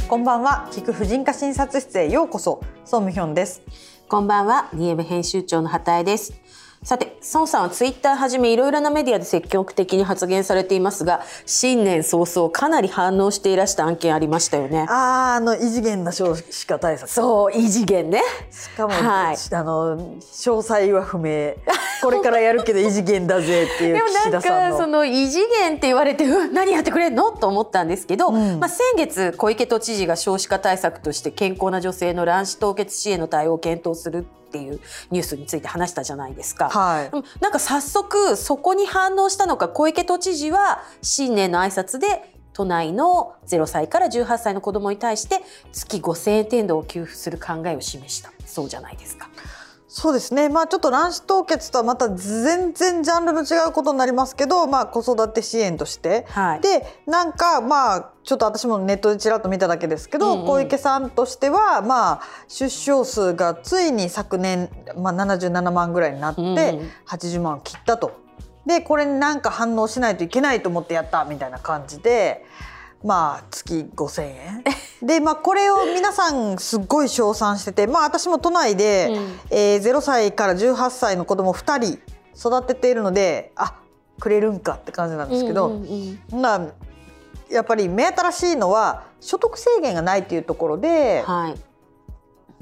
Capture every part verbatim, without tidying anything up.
こんばんは。聞く婦人科診察室へようこそ。ソンムヒョンです。 こんばんは。ニエブ編集長の畑江です。さて、ソンさんはツイッターはじめいろいろなメディアで積極的に発言されていますが、新年早々かなり反応していらした案件ありましたよね。 あー、あの異次元な少子化対策。 そう、異次元ね。 しかも、 はい、 あの詳細は不明。これからやるけど異次元だぜっていう岸田さんの。 でもなんかその異次元って言われて、う何やってくれんのと思ったんですけど、うん、まあ、先月小池都知事が少子化対策として健康な女性の卵子凍結支援の対応を検討するっていうニュースについて話したじゃないですか。 はい、 なんか早速そこに反応したのか、小池都知事は新年の挨拶で都内のゼロさいからじゅうはっさいの子どもに対して月ごせんえん程度を給付する考えを示したそうじゃないですか。 そうですね、まあ、ちょっと卵子凍結とはまた全然ジャンルの違うことになりますけど、まあ、子育て支援として、はい、でなんかまあちょっと私もネットでちらっと見ただけですけど、うんうん、小池さんとしては、まあ、出生数がついに昨年、まあ、ななじゅうななまんぐらいになってはちじゅうまんを切ったと。でこれになんか反応しないといけないと思ってやったみたいな感じで、まあ月ごせんえんで、まあ、これを皆さんすっごい称賛してて、まあ、私も都内で、うんえー、ゼロさいからじゅうはっさいの子供ふたり育てているので、あくれるんかって感じなんですけど、うんうんうん、まあ、やっぱり目新しいのは所得制限がないっていうところで、はい、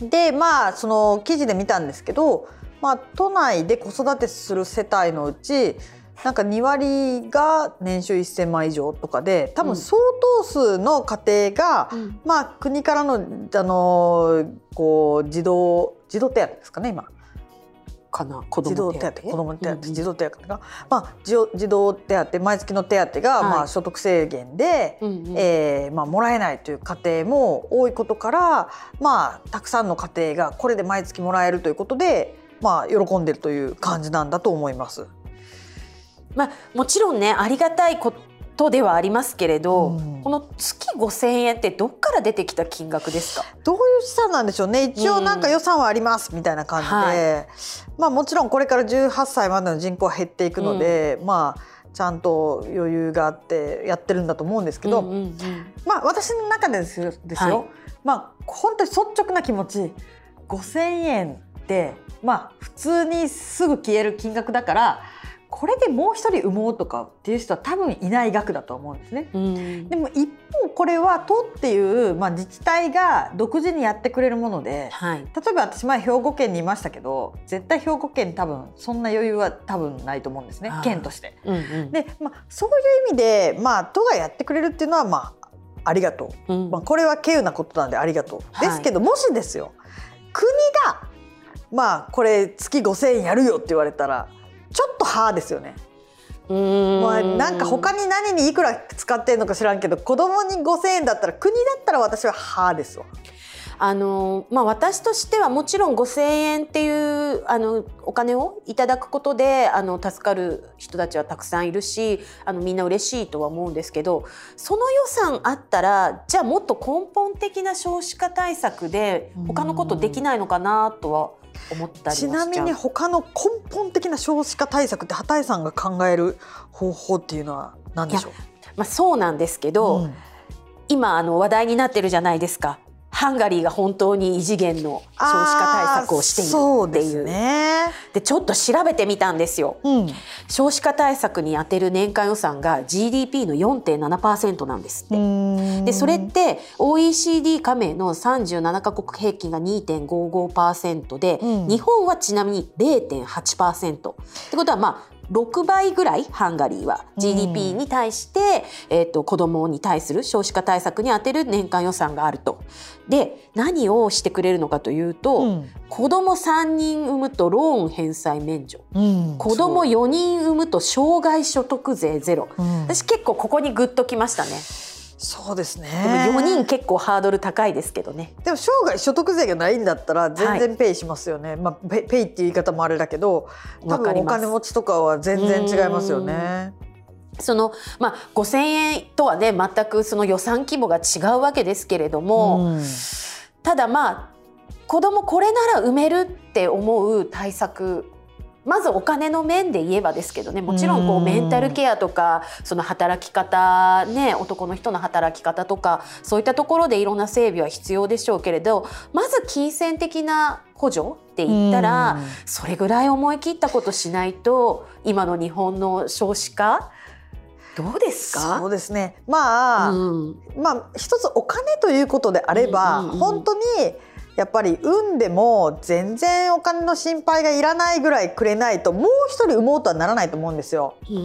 でまあその記事で見たんですけど、まあ、都内で子育てする世帯のうちなんかにわりが年収せんまん以上とかで、多分相当数の家庭が、うん、まあ、国からの、あのこう児童児童手当ですかね今かな、子ども手当、 子ども手当、うんうん、児童手当が、まあ、児童手当毎月の手当が、はい、まあ、所得制限で、うんうんえーまあ、もらえないという家庭も多いことから、まあ、たくさんの家庭がこれで毎月もらえるということで、まあ、喜んでるという感じなんだと思います。 まあ、もちろんねありがたいことではありますけれど、うん、この月ごせんえんってどっから出てきた金額ですか？ どういう資産なんでしょうね。一応なんか予算はありますみたいな感じで、うんはい、まあ、もちろんこれからじゅうはっさいまでの人口は減っていくので、うん、まあちゃんと余裕があってやってるんだと思うんですけど、うんうんうん、まあ私の中でですよ、ですよ、はい、まあ本当に率直な気持ちごせんえんってまあ普通にすぐ消える金額だからこれでもう一人産もうとかっていう人は多分いない額だと思うんですね。うん、でも一方これは都っていう、まあ、自治体が独自にやってくれるもので、はい、例えば私前兵庫県にいましたけど絶対兵庫県多分そんな余裕は多分ないと思うんですね、県として。うんうん、で、まあ、そういう意味で、まあ、都がやってくれるっていうのは、まあ、ありがとう、うんまあ、これは稀有なことなんでありがとう、はい、ですけどもしですよ国が、まあ、これ月ごせんえんやるよって言われたらちょっとはーですよね。うーん、まあ、なんか他に何にいくら使ってんのか知らんけど子供にごせんえんだったら国だったら私ははーですわ。 あのまあ、私としてはもちろんごせんえんっていうあのお金をいただくことであの助かる人たちはたくさんいるしあのみんな嬉しいとは思うんですけど、その予算あったらじゃあもっと根本的な少子化対策で他のことできないのかなとは思ったりもしちゃう。 ちなみに他の根本的な少子化対策って畑井さんが考える方法っていうのは何でしょう？ まあ、そうなんですけど、うん、今あの話題になってるじゃないですか。ハンガリーが本当に異次元の少子化対策をしているっていう。 そうですね。でちょっと調べてみたんですよ、うん、少子化対策に充てる年間予算が ジーディーピー の よんてんななパーセント なんですって。でそれって オーイーシーディー 加盟のさんじゅうななかこく平均が にてんごごパーセント で、うん、日本はちなみに れいてんはちパーセント ってことはまあろくばいぐらいハンガリーは ジーディーピー に対して、うんえー、と子どもに対する少子化対策に充てる年間予算があると。で何をしてくれるのかというと、うん、子どもさんにん産むとローン返済免除、うん、子どもよにん産むと生涯所得税ゼロ、うん、私結構ここにグッときましたね。 そうですね。 でもよにん結構ハードル高いですけどね。 でも生涯所得税がないんだったら全然ペイしますよね、はいまあ、ペ, ペイっていう言い方もあれだけど多分お金持ちとかは全然違いますよね。 そのまあ、ごせんえんとはね全くその予算規模が違うわけですけれども、ただまあ子供これなら産めるって思う対策まずお金の面で言えばですけどね、もちろんこうメンタルケアとかその働き方ね、男の人の働き方とかそういったところでいろんな整備は必要でしょうけれど、まず金銭的な補助って言ったらそれぐらい思い切ったことしないと今の日本の少子化どうですか？ そうですね、まあ、うん、まあ一つお金ということであれば、うんうんうん、本当にやっぱり産んでも全然お金の心配がいらないぐらいくれないともう一人産もうとはならないと思うんですよ。うん、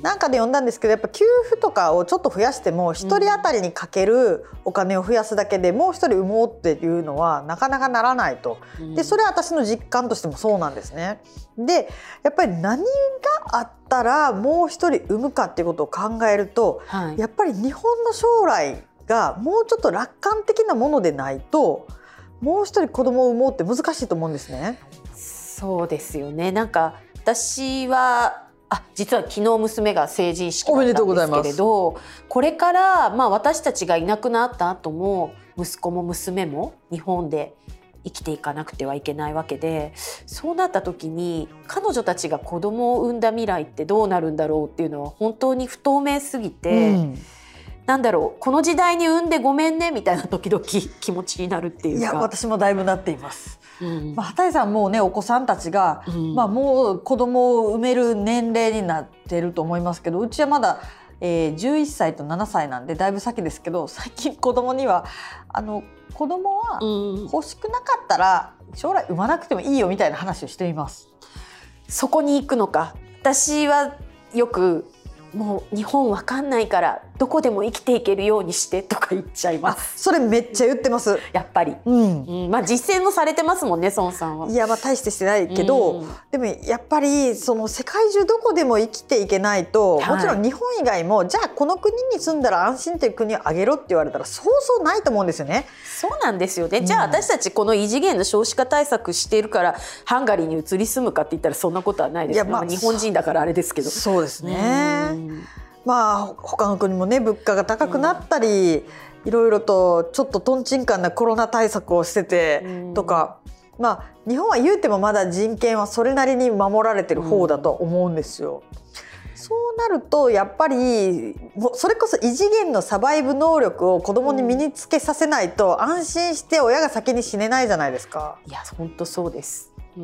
なんかで読んだんですけど、やっぱ給付とかをちょっと増やしても一人当たりにかけるお金を増やすだけでもう一人産もうっていうのはなかなかならないと。でそれは私の実感としてもそうなんですね。でやっぱり何があったらもう一人産むかっていうことを考えると、はい、やっぱり日本の将来がもうちょっと楽観的なものでないともう一人子供を産もうって難しいと思うんですね。 そうですよね。なんか私はあ実は昨日娘が成人式だったんですけれど、これから、まあ、私たちがいなくなった後も息子も娘も日本で生きていかなくてはいけないわけで、そうなった時に彼女たちが子供を産んだ未来ってどうなるんだろうっていうのは本当に不透明すぎて、うん、なんだろう、この時代に産んでごめんねみたいな時々気持ちになるっていうか。 いや私もだいぶなっています。うん、まあ、畑井さんもうねお子さんたちが、うん、まあ、もう子供を産める年齢になってると思いますけど、うちはまだ、えー、じゅういっさいとななさいなんでだいぶ先ですけど、最近子供にはあの子供は欲しくなかったら将来産まなくてもいいよみたいな話をしています。 そこに行くのか。私はよくもう日本わかんないからどこでも生きていけるようにしてとか言っちゃいます。 あ、それめっちゃ言ってます。 やっぱり、うんうん、まあ実践もされてますもんね、孫さんは。 いやまあ大してしてないけど、うん、でもやっぱりその世界中どこでも生きていけないと、はい、もちろん日本以外もじゃあこの国に住んだら安心という国をあげろって言われたらそうそうないと思うんですよね。 そうなんですよね。じゃあ私たちこの異次元の少子化対策しているからハンガリーに移り住むかって言ったらそんなことはないですよね。まあ、日本人だからあれですけど。 そうですね。まあ他の国もね物価が高くなったり、うん、いろいろとちょっととんちんかんなコロナ対策をしててとか、うん、まあ日本は言うてもまだ人権はそれなりに守られてる方だと思うんですよ。うん、そうなるとやっぱりそれこそ異次元のサバイブ能力を子どもに身につけさせないと安心して親が先に死ねないじゃないですか。 いや本当そうです。うん、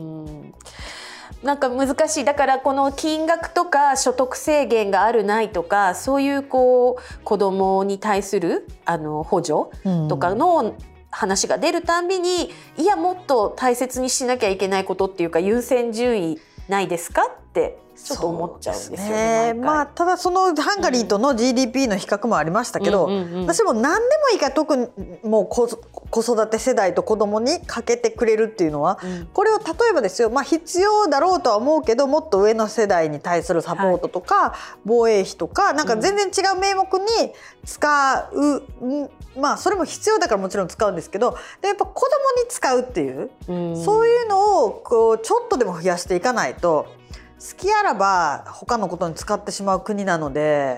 なんか難しい。だからこの金額とか所得制限があるないとかそういうこう子どもに対するあの補助とかの話が出るたんびに、うん、いやもっと大切にしなきゃいけないことっていうか優先順位ないですかってちょっと思っちゃうんですよね。 まあ、ただそのハンガリーとの ジーディーピー の比較もありましたけど、うんうんうんうん、私も何でもいいから特にもう子育て世代と子供にかけてくれるっていうのは、うん、これを例えばですよ、まあ、必要だろうとは思うけどもっと上の世代に対するサポートとか、はい、防衛費とかなんか全然違う名目に使う、うん、まあそれも必要だからもちろん使うんですけど、でやっぱ子供に使うっていう、うん、そういうのをこうちょっとでも増やしていかないと好きあらば他のことに使ってしまう国なので、うん、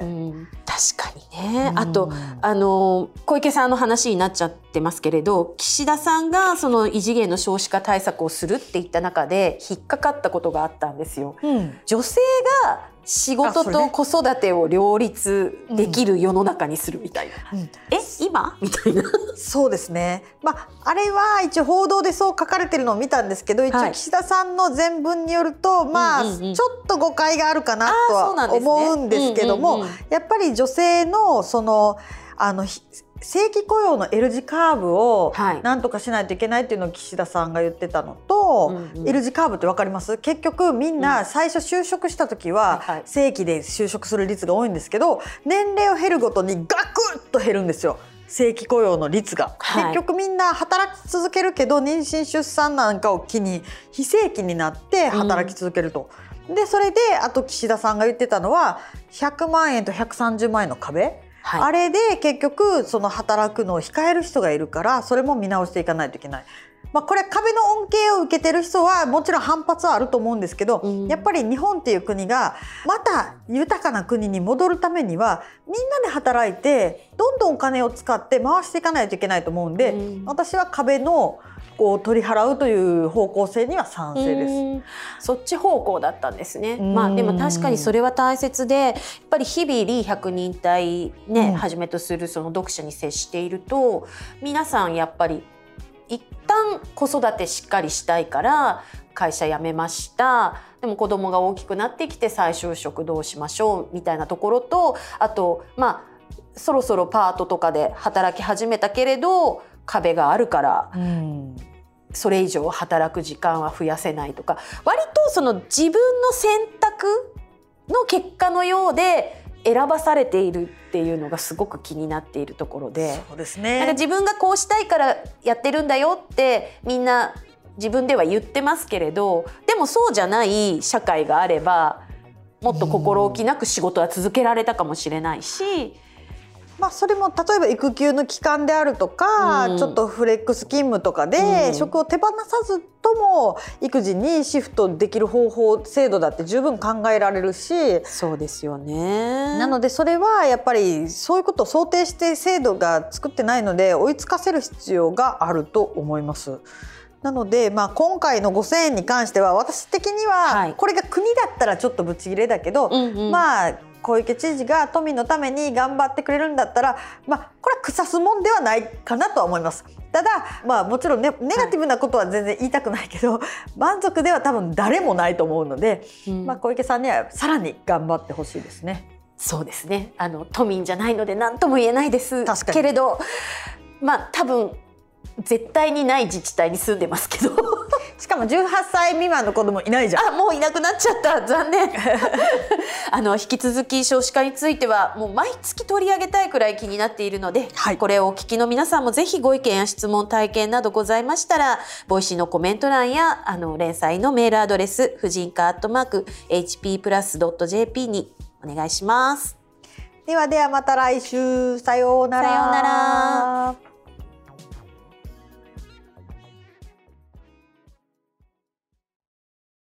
確かにね、うん、あとあの小池さんの話になっちゃってますけれど、岸田さんがその異次元の少子化対策をするって言った中で引っかかったことがあったんですよ。うん、女性が仕事と子育てを両立できる世の中にするみたいな、うんうん、え今みたいなそうですね、まあ、あれは一応報道でそう書かれてるのを見たんですけど、一応岸田さんの全文によると、はい、まあ、うんうんうん、ちょっと誤解があるかなとは思うんですけども、やっぱり女性のそのあの正規雇用の L 字カーブをなんとかしないといけないっていうのを岸田さんが言ってたのと、うんうん、L 字カーブって分かります？結局みんな最初就職した時は正規で就職する率が多いんですけど、年齢を減るごとにガクッと減るんですよ、正規雇用の率が、はい、結局みんな働き続けるけど妊娠出産なんかを機に非正規になって働き続けると、うん、でそれであと岸田さんが言ってたのはひゃくまんえんとひゃくさんじゅうまんえんの壁、はい、あれで結局その働くのを控える人がいるからそれも見直していかないといけない。まあ、これ壁の恩恵を受けてる人はもちろん反発はあると思うんですけど、うん、やっぱり日本っていう国がまた豊かな国に戻るためにはみんなで働いてどんどんお金を使って回していかないといけないと思うんで、うん、私は壁のを取り払うという方向性には賛成です。 そっち方向だったんですね。まあでも確かにそれは大切で、やっぱり日々リー百人隊ね、はじめとするその読者に接していると、皆さんやっぱり一旦子育てしっかりしたいから会社辞めました。でも子供が大きくなってきて再就職どうしましょうみたいなところと、あとまあそろそろパートとかで働き始めたけれど壁があるから、うん、それ以上働く時間は増やせないとか、割とその自分の選択の結果のようで選ばされているっていうのがすごく気になっているところで、 そうですね、 なんか自分がこうしたいからやってるんだよってみんな自分では言ってますけれど、でもそうじゃない社会があればもっと心置きなく仕事は続けられたかもしれないし、 まあ、それも例えば育休の期間であるとか、うん、ちょっとフレックス勤務とかで、うん、職を手放さずとも育児にシフトできる方法制度だって十分考えられるし、 そうですよね。 なのでそれはやっぱりそういうことを想定して制度が作ってないので追いつかせる必要があると思います。なので、まあ、今回のごせんえんに関しては私的にはこれが国だったらちょっとブチギレだけど、はいうんうん、まあ小池知事が都民のために頑張ってくれるんだったら、まあ、これは腐すもんではないかなとは思います。ただ、まあ、もちろんねネガティブなことは全然言いたくないけど、はい、満足では多分誰もないと思うので、うんまあ、小池さんにはさらに頑張ってほしいですね。 そうですね、あの都民じゃないので何とも言えないですけれど、まあ多分絶対にない自治体に住んでますけどしかもじゅうはっさい未満の子供いないじゃん。 あ、もういなくなっちゃった、残念あの引き続き少子化についてはもう毎月取り上げたいくらい気になっているので、はい、これをお聞きの皆さんもぜひご意見や質問体験などございましたら、ボイシーのコメント欄やあの連載のメールアドレス婦人科アットマーク エイチピープラスドットジェーピー にお願いします。 ではではまた来週、さようなら。 さようなら。